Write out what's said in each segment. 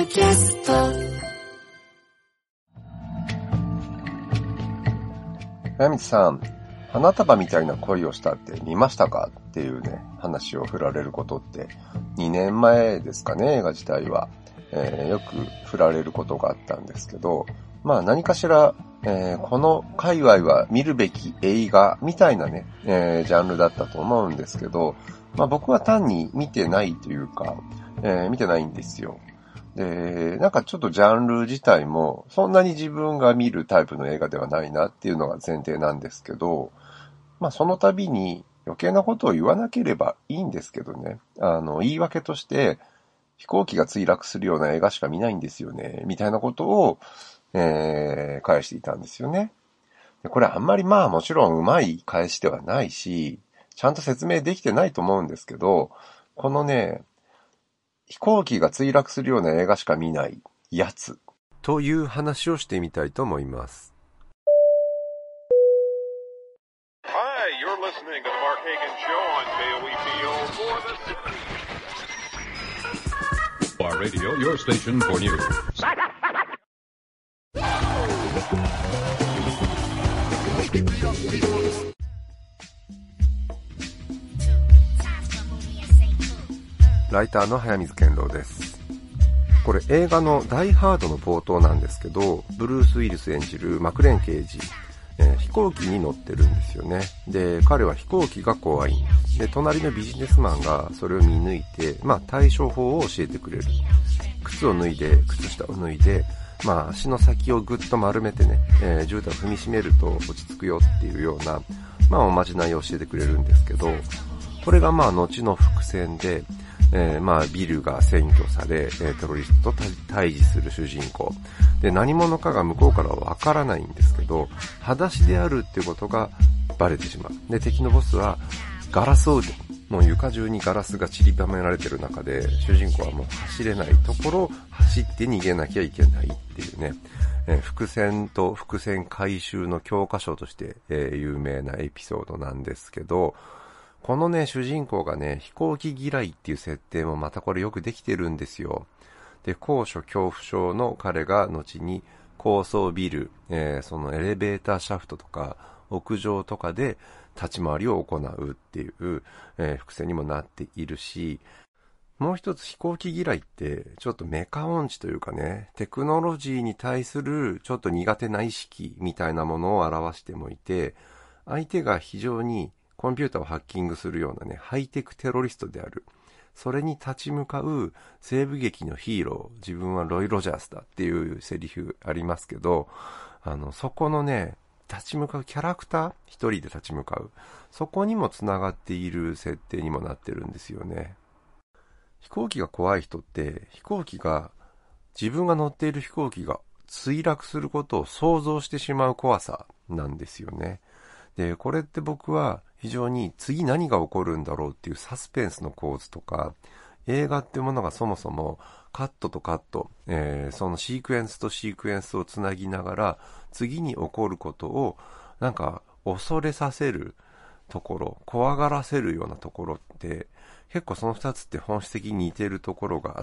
キャスト。 早水さん、花束みたいな恋をしたって見ましたかっていうね、話を振られることって2年前ですかね、映画自体は。よく振られることがあったんですけど、まあ何かしら、この界隈は見るべき映画みたいなね、ジャンルだったと思うんですけど、まあ僕は単に見てないというか、見てないんですよ。で、なんかちょっとジャンル自体もそんなに自分が見るタイプの映画ではないなっていうのが前提なんですけど、まあその度に余計なことを言わなければいいんですけどね、言い訳として飛行機が墜落するような映画しか見ないんですよね、みたいなことを、返していたんですよね。でこれあんまりまあもちろんうまい返しではないし、ちゃんと説明できてないと思うんですけど、このね、飛行機が墜落するような映画しか見ないやつという話をしてみたいと思います。 Hi, you're listening to the Mark Hagan Show on KOEPO 4 Bar Radio, your station for news. ライターの早水健郎です。これ映画のダイハードの冒頭なんですけど、ブルース・ウィリス演じるマクレーン刑事、飛行機に乗ってるんですよね。で、彼は飛行機が怖いんです。で、隣のビジネスマンがそれを見抜いて、まあ対処法を教えてくれる。靴を脱いで、靴下を脱いで、まあ足の先をぐっと丸めてね、絨毯を踏みしめると落ち着くよっていうような、まあおまじないを教えてくれるんですけど、これがまあ後の伏線で、まあビルが占拠され、テロリストと対峙する主人公で、何者かが向こうからはわからないんですけど、裸足であるっていうことがバレてしまう。で、敵のボスはガラスをもう床中にガラスが散りばめられてる中で、主人公はもう走れないところを走って逃げなきゃいけないっていうね、伏線と伏線回収の教科書として、有名なエピソードなんですけど、このね、主人公がね、飛行機嫌いっていう設定もまたこれよくできてるんですよ。で、高所恐怖症の彼が後に高層ビル、そのエレベーターシャフトとか屋上とかで立ち回りを行うっていう、伏線にもなっているし、もう一つ飛行機嫌いってちょっとメカ音痴というかね、テクノロジーに対するちょっと苦手な意識みたいなものを表してもいて、相手が非常にコンピューターをハッキングするようなね、ハイテクテロリストである。それに立ち向かう西部劇のヒーロー、自分はロイ・ロジャースだっていうセリフありますけど、そこのね、立ち向かうキャラクター、一人で立ち向かう。そこにもつながっている設定にもなってるんですよね。飛行機が怖い人って、自分が乗っている飛行機が墜落することを想像してしまう怖さなんですよね。で、これって僕は非常に次何が起こるんだろうっていうサスペンスの構図とか、映画っていうものがそもそもカットとカット、そのシークエンスとシークエンスをつなぎながら次に起こることをなんか恐れさせるところ、怖がらせるようなところって結構その二つって本質的に似てるところがあって、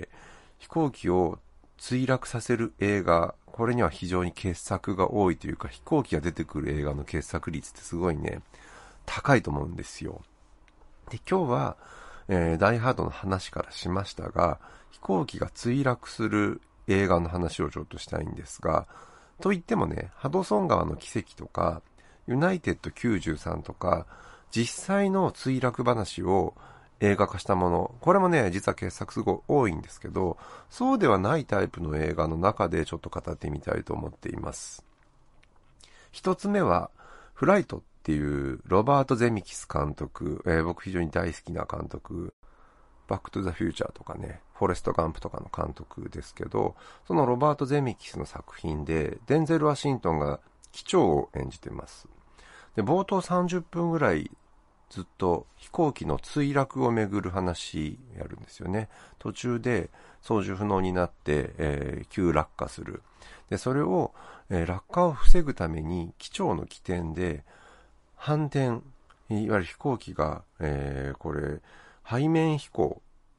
飛行機を墜落させる映画、これには非常に傑作が多いというか、飛行機が出てくる映画の傑作率ってすごいね、高いと思うんですよ。で、今日は、ダイハードの話からしましたが、飛行機が墜落する映画の話をちょっとしたいんですが、と言ってもね、ハドソン川の奇跡とか、ユナイテッド93とか、実際の墜落話を映画化したもの、これもね、実は傑作すごい多いんですけど、そうではないタイプの映画の中でちょっと語ってみたいと思っています。一つ目は、フライトっていうロバート・ゼミキス監督、僕非常に大好きな監督、バック・トゥ・ザ・フューチャーとかね、フォレスト・ガンプとかの監督ですけど、そのロバート・ゼミキスの作品で、デンゼル・ワシントンが機長を演じてます。で、冒頭30分ぐらいずっと飛行機の墜落をめぐる話やるんですよね。途中で操縦不能になって、急落下する。で、それを、落下を防ぐために機長の起点で反転、いわゆる飛行機が、これ背面飛行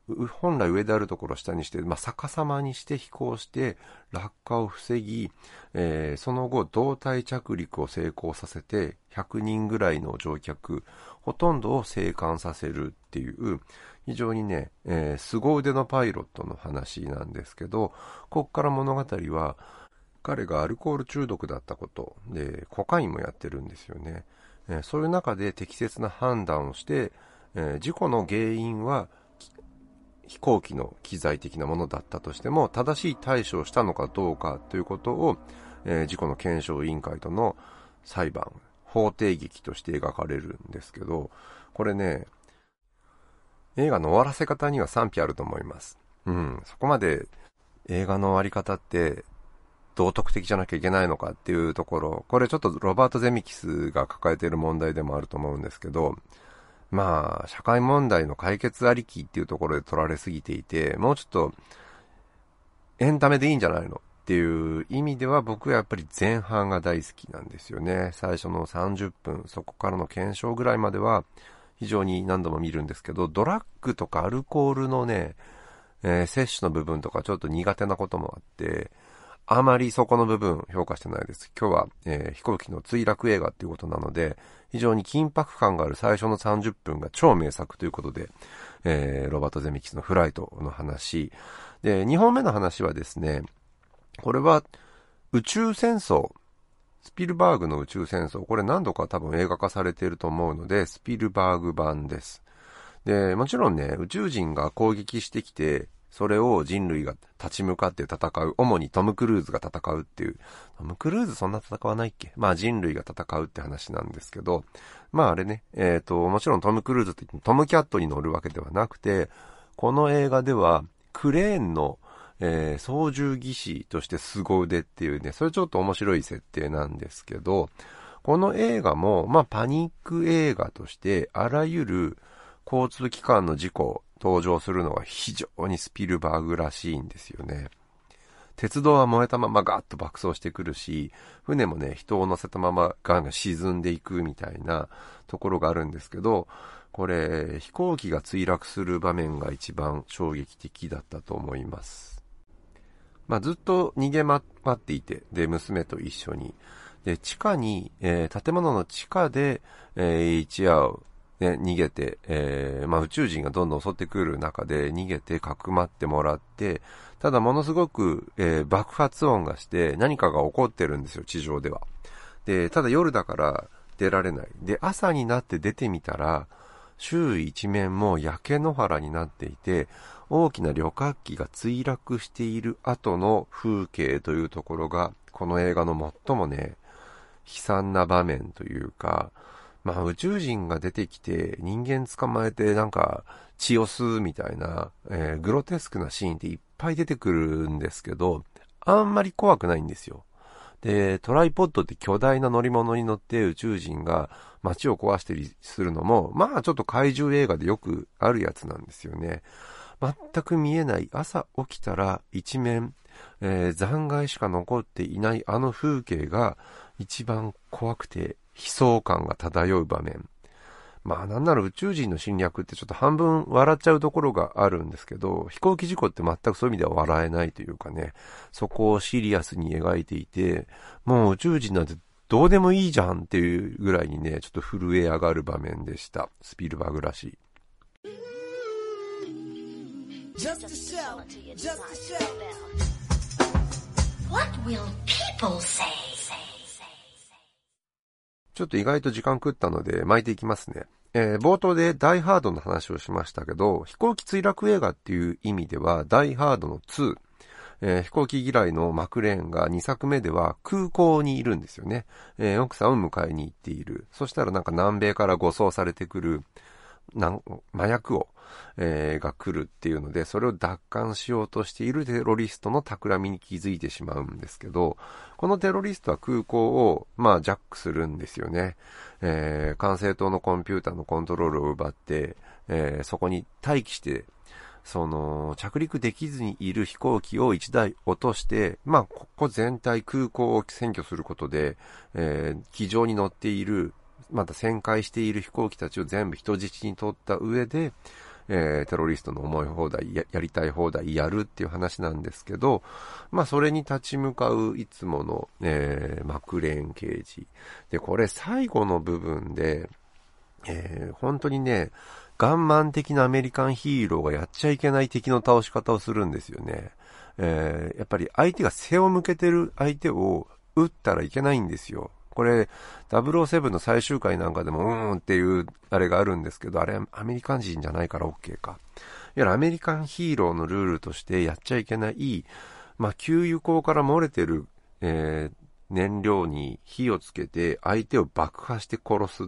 本来上であるところを下にして、逆さまにして飛行して落下を防ぎ、その後同体着陸を成功させて100人ぐらいの乗客ほとんどを生還させるっていう非常にね、凄腕のパイロットの話なんですけど、ここから物語は彼がアルコール中毒だったことでコカインもやってるんですよね。そういう中で適切な判断をして、事故の原因は飛行機の機材的なものだったとしても正しい対処をしたのかどうかということを、事故の検証委員会との裁判、法廷劇として描かれるんですけど、これね、映画の終わらせ方には賛否あると思います。そこまで映画の終わり方って道徳的じゃなきゃいけないのかっていうところ、これちょっとロバート・ゼミキスが抱えている問題でもあると思うんですけど、社会問題の解決ありきっていうところで取られすぎていて、もうちょっとエンタメでいいんじゃないのっていう意味では僕はやっぱり前半が大好きなんですよね。最初の30分、そこからの検証ぐらいまでは非常に何度も見るんですけど、ドラッグとかアルコールのね、摂取の部分とかちょっと苦手なこともあって、あまりそこの部分評価してないです。今日は、飛行機の墜落映画っていうことなので、非常に緊迫感がある最初の30分が超名作ということで、ロバート・ゼミキスのフライトの話。で、2本目の話はですね、これは宇宙戦争、スピルバーグの宇宙戦争、これ何度か多分映画化されていると思うので、スピルバーグ版です。で、もちろんね、宇宙人が攻撃してきて、それを人類が立ち向かって戦う。主にトム・クルーズが戦うっていう。トム・クルーズそんな戦わないっけ？人類が戦うって話なんですけど。あれね、もちろんトム・クルーズって言ってトム・キャットに乗るわけではなくて、この映画ではクレーンの、操縦技師として凄腕っていうね、それちょっと面白い設定なんですけど、この映画も、パニック映画としてあらゆる交通機関の事故、登場するのが非常にスピルバーグらしいんですよね。鉄道は燃えたままガーッと爆走してくるし、船もね、人を乗せたままガンガン沈んでいくみたいなところがあるんですけど、これ、飛行機が墜落する場面が一番衝撃的だったと思います。ずっと逃げ回っていて、で、娘と一緒に。で、地下に、建物の地下で、一夜逃げて、宇宙人がどんどん襲ってくる中で逃げてかくまってもらって、ただものすごく、爆発音がして何かが起こってるんですよ、地上では。で、ただ夜だから出られない。で、朝になって出てみたら、周囲一面も焼け野原になっていて、大きな旅客機が墜落している後の風景というところが、この映画の最もね、悲惨な場面というか、宇宙人が出てきて人間捕まえて血を吸うみたいな、グロテスクなシーンっていっぱい出てくるんですけど、あんまり怖くないんですよ。で、トライポッドって巨大な乗り物に乗って宇宙人が街を壊したりするのも、ちょっと怪獣映画でよくあるやつなんですよね。全く見えない朝起きたら一面、残骸しか残っていないあの風景が一番怖くて悲壮感が漂う場面。なんなら宇宙人の侵略ってちょっと半分笑っちゃうところがあるんですけど、飛行機事故って全くそういう意味では笑えないというかね、そこをシリアスに描いていて、もう宇宙人なんてどうでもいいじゃんっていうぐらいにね、ちょっと震え上がる場面でした。スピルバーグらしい。Just a show. What will people say? ちょっと意外と時間食ったので巻いていきますね。冒頭でダイハードの話をしましたけど、飛行機墜落映画っていう意味ではダイハードの2、飛行機嫌いのマクレーンが2作目では空港にいるんですよね。奥さんを迎えに行っている。そしたら南米から護送されてくる麻薬を、が来るっていうので、それを奪還しようとしているテロリストの企みに気づいてしまうんですけど、このテロリストは空港をジャックするんですよね。管制塔のコンピューターのコントロールを奪って、そこに待機して着陸できずにいる飛行機を1台落として、ここ全体空港を占拠することで、機上に乗っているまだ旋回している飛行機たちを全部人質に取った上で、 テロリストの思い放題 やりたい放題やるっていう話なんですけど、まあそれに立ち向かういつもの、マクレーン刑事で、これ最後の部分で、本当にね、ガンマン的なアメリカンヒーローがやっちゃいけない敵の倒し方をするんですよね。やっぱり相手が背を向けてる相手を撃ったらいけないんですよ。これ007の最終回なんかでもっていうあれがあるんですけど、あれアメリカ人じゃないから OK か。いやアメリカンヒーローのルールとしてやっちゃいけない、まあ給油口から漏れてる、燃料に火をつけて相手を爆破して殺すって、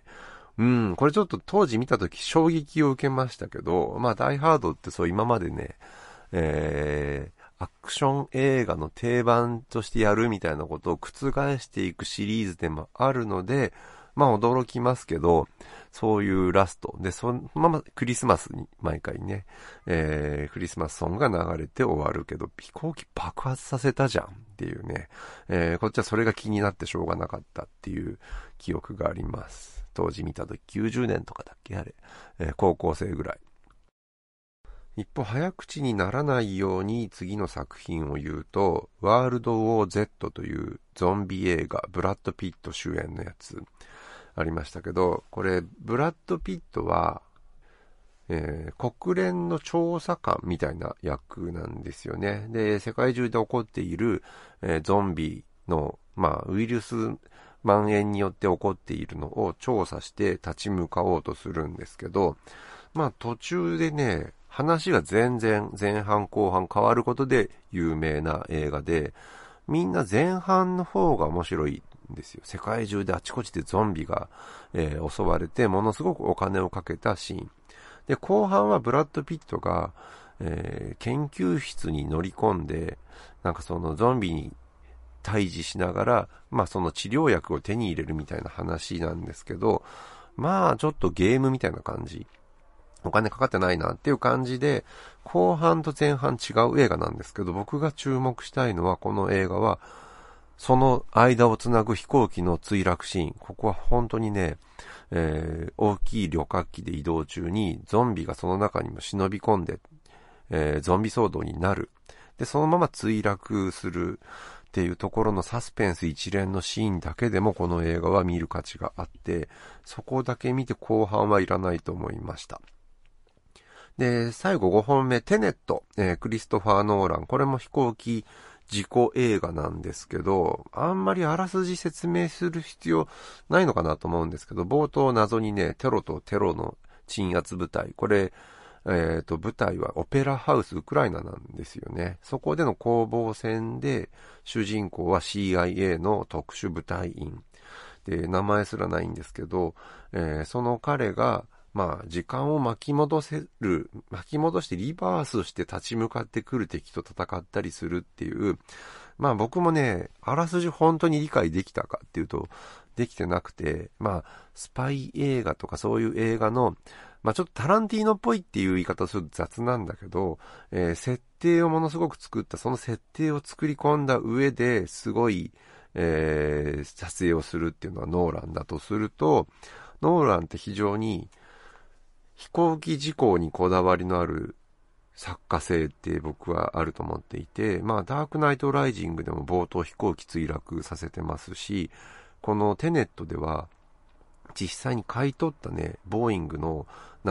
これちょっと当時見たとき衝撃を受けましたけど、まあダイハードってそう今までね、アクション映画の定番としてやるみたいなことを覆していくシリーズでもあるので、まあ驚きますけど、そういうラストで、そのままクリスマスに毎回ね、クリスマスソングが流れて終わるけど、飛行機爆発させたじゃんっていうね、こっちはそれが気になってしょうがなかったっていう記憶があります。当時見たとき90年とかだっけあれ、高校生ぐらい。一方早口にならないように次の作品を言うと、ワールドウォー Z というゾンビ映画、ブラッド・ピット主演のやつありましたけど、これブラッド・ピットは、国連の調査官みたいな役なんですよね。で、世界中で起こっている、ゾンビの、まあ、ウイルス蔓延によって起こっているのを調査して立ち向かおうとするんですけど、まあ途中でね、話が全然前半後半変わることで有名な映画で、みんな前半の方が面白いんですよ。世界中であちこちでゾンビが、襲われてものすごくお金をかけたシーン。で、後半はブラッド・ピットが、研究室に乗り込んで、なんかそのゾンビに対峙しながら、まあその治療薬を手に入れるみたいな話なんですけど、まあちょっとゲームみたいな感じ。お金かかってないなっていう感じで、後半と前半違う映画なんですけど、僕が注目したいのはこの映画は、その間をつなぐ飛行機の墜落シーン。ここは本当にね、大きい旅客機で移動中にゾンビがその中にも忍び込んで、ゾンビ騒動になる。で、そのまま墜落するっていうところのサスペンス一連のシーンだけでもこの映画は見る価値があって、そこだけ見て後半はいらないと思いました。で、最後5本目、テネット、クリストファー・ノーラン。これも飛行機事故映画なんですけど、あんまりあらすじ説明する必要ないのかなと思うんですけど、冒頭謎にね、テロとテロの鎮圧部隊。これ、舞台はオペラハウスウクライナなんですよね。そこでの攻防戦で、主人公は CIA の特殊部隊員。で、名前すらないんですけど、その彼が、まあ、時間を巻き戻してリバースして立ち向かってくる敵と戦ったりするっていう、まあ僕もね、あらすじ本当に理解できたかっていうと、できてなくて、まあ、スパイ映画とかそういう映画の、まあちょっとタランティーノっぽいっていう言い方をすると雑なんだけど、設定をものすごく作った、その設定を作り込んだ上ですごい、撮影をするっていうのはノーランだとすると、ノーランって非常に飛行機事故にこだわりのある作家性って僕はあると思っていて、まあダークナイトライジングでも冒頭飛行機墜落させてますし、このテネットでは実際に買い取ったね、ボーイングの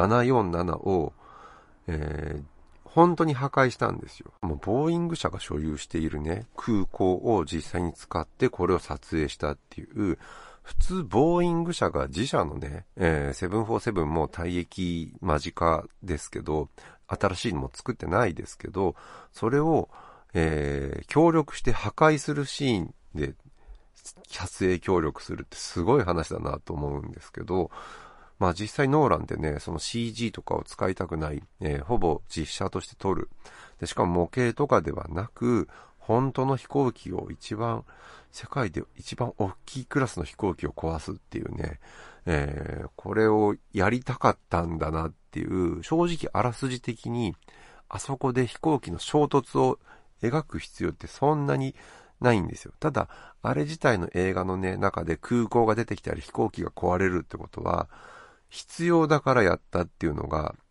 747を、本当に破壊したんですよ。もうボーイング社が所有しているね、空港を実際に使ってこれを撮影したっていう、普通ボーイング社が自社のね、747も退役間近ですけど、新しいのも作ってないですけど、それを、協力して破壊するシーンで撮影協力するってすごい話だなと思うんですけど、まあ実際ノーランってね、その CG とかを使いたくない、ほぼ実写として撮る。で、しかも模型とかではなく、本当の飛行機を世界で一番大きいクラスの飛行機を壊すっていうね、これをやりたかったんだなっていう、正直あらすじ的に、あそこで飛行機の衝突を描く必要ってそんなにないんですよ。ただ、あれ自体の映画のね、中で空港が出てきたり飛行機が壊れるってことは、必要だからやったっていうのが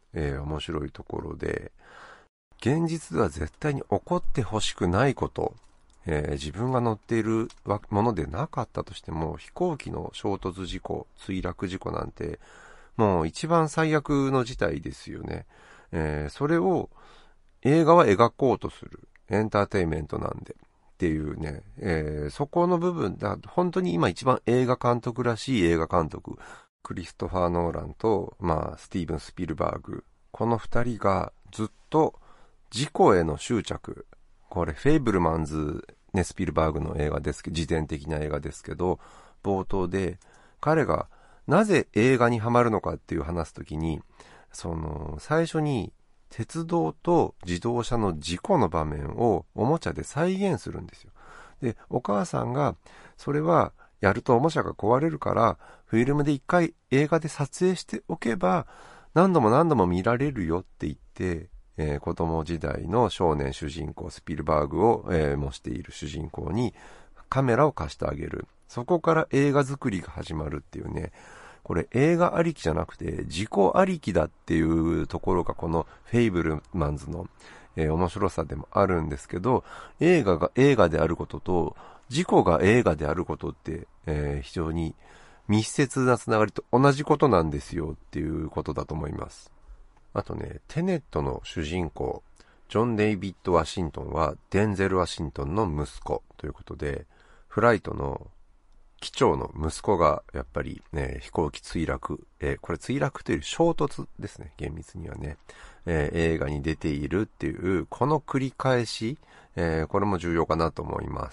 面白いところで、現実では絶対に起こってほしくないこと、自分が乗っているものでなかったとしても、飛行機の衝突事故、墜落事故なんて、もう一番最悪の事態ですよね。それを映画は描こうとする。エンターテインメントなんで。っていうね、そこの部分だ、本当に今一番映画監督らしい映画監督。クリストファー・ノーランと、スティーブン・スピルバーグ。この二人がずっと事故への執着。これ、フェイブルマンズ、ね、スピルバーグの映画ですけど、自伝的な映画ですけど、冒頭で、彼がなぜ映画にハマるのかっていう話すときに、最初に鉄道と自動車の事故の場面をおもちゃで再現するんですよ。で、お母さんが、それはやるとおもちゃが壊れるから、フィルムで一回映画で撮影しておけば、何度も何度も見られるよって言って、子供時代の少年主人公スピルバーグを、模している主人公にカメラを貸してあげる。そこから映画作りが始まるっていうね、これ映画ありきじゃなくて自己ありきだっていうところがこのフェイブルマンズの、面白さでもあるんですけど、映画が映画であることと事故が映画であることって、非常に密接なつながりと同じことなんですよっていうことだと思います。あとね、テネットの主人公ジョン・デイビッド・ワシントンはデンゼル・ワシントンの息子ということで、フライトの機長の息子がやっぱり、飛行機墜落、これ墜落というより衝突ですね、厳密にはね、映画に出ているっていうこの繰り返し、これも重要かなと思います。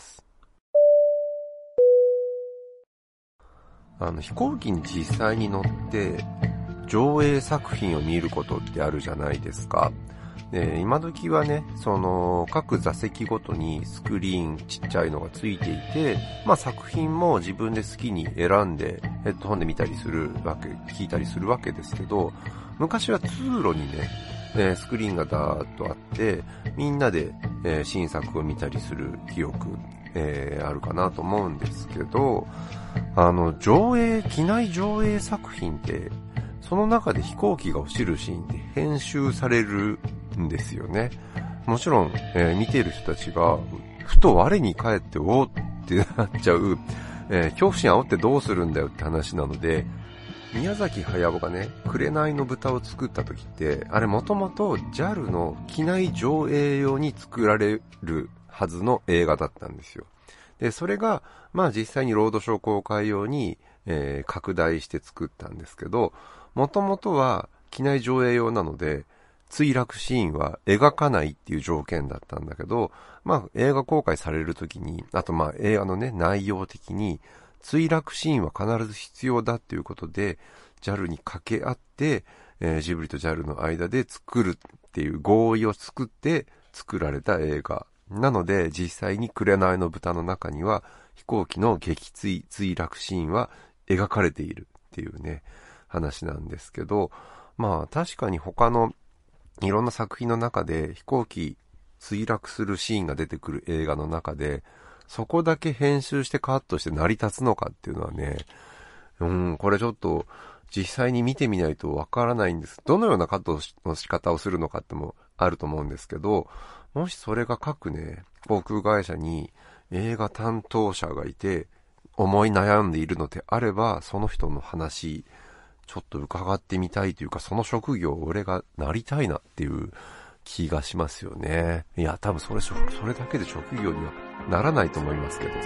飛行機に実際に乗って上映作品を見ることってあるじゃないですか。今時はね、各座席ごとにスクリーンちっちゃいのがついていて、作品も自分で好きに選んでヘッドホンで見たりするわけ、聞いたりするわけですけど、昔は通路にね、スクリーンがダーッとあって、みんなで、新作を見たりする記憶、あるかなと思うんですけど、機内上映作品って、その中で飛行機が落ちるシーンって編集されるんですよね。もちろん、見ている人たちがふと我に返っておーってなっちゃう、恐怖心煽ってどうするんだよって話なので、宮崎駿がね、紅の豚を作った時って、あれもともと JAL の機内上映用に作られるはずの映画だったんですよ。で、それが実際にロードショー公開用に、拡大して作ったんですけど、もともとは機内上映用なので墜落シーンは描かないっていう条件だったんだけど、映画公開されるときに、あと映画のね、内容的に墜落シーンは必ず必要だっていうことで JAL に掛け合って、ジブリと JAL の間で作るっていう合意を作って作られた映画なので、実際に紅の豚の中には飛行機の撃墜落シーンは描かれているっていうね、話なんですけど、確かに他のいろんな作品の中で飛行機墜落するシーンが出てくる映画の中で、そこだけ編集してカットして成り立つのかっていうのはね、これちょっと実際に見てみないとわからないんです。どのようなカットの仕方をするのかってもあると思うんですけど、もしそれが各ね、航空会社に映画担当者がいて思い悩んでいるのであれば、その人の話ちょっと伺ってみたいというか、その職業俺がなりたいなっていう気がしますよね。いや、多分それだけで職業にはならないと思いますけど。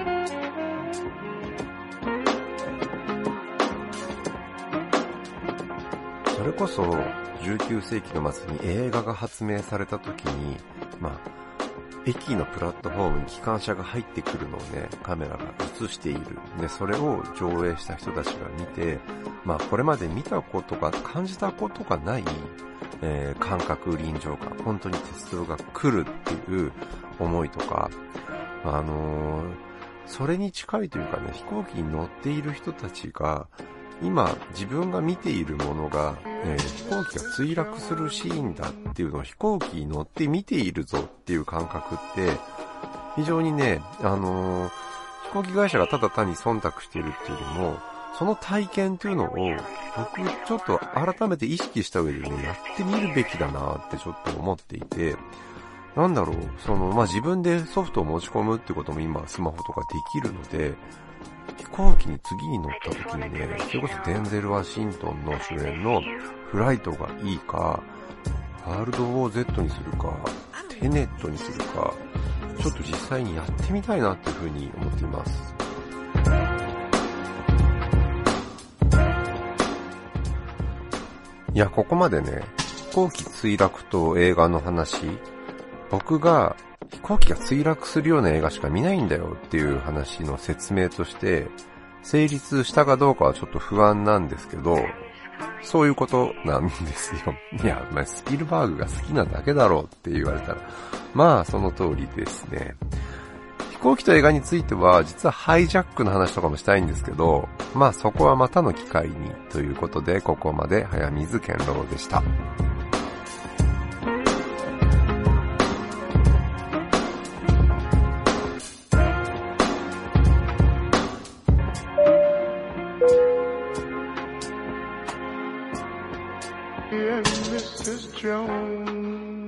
それこそ19世紀の末に映画が発明された時に、駅のプラットフォームに機関車が入ってくるのをね、カメラが映している。で、それを上映した人たちが見て、これまで見たことが、感じたことがない、感覚臨場感、本当に鉄道が来るっていう思いとか、それに近いというかね、飛行機に乗っている人たちが、今自分が見ているものが、飛行機が墜落するシーンだっていうのを飛行機に乗って見ているぞっていう感覚って非常にね、飛行機会社がただ単に忖度しているっていうよりも、 その体験というのを僕ちょっと改めて意識した上でね、やってみるべきだなってちょっと思っていて、なんだろう、自分でソフトを持ち込むってことも今スマホとかできるので、飛行機に次に乗った時にね、それこそデンゼル・ワシントンの主演のフライトがいいか、ワールド・ウォー Z にするか、テネットにするか、ちょっと実際にやってみたいなっていうふうに思っています。いや、ここまでね、飛行機墜落と映画の話、僕が飛行機が墜落するような映画しか見ないんだよっていう話の説明として成立したかどうかはちょっと不安なんですけど、そういうことなんですよ。いや、スピルバーグが好きなだけだろうって言われたら、その通りですね。飛行機と映画については実はハイジャックの話とかもしたいんですけど、そこはまたの機会にということで、ここまで早水健郎でした。 And Mrs. Jones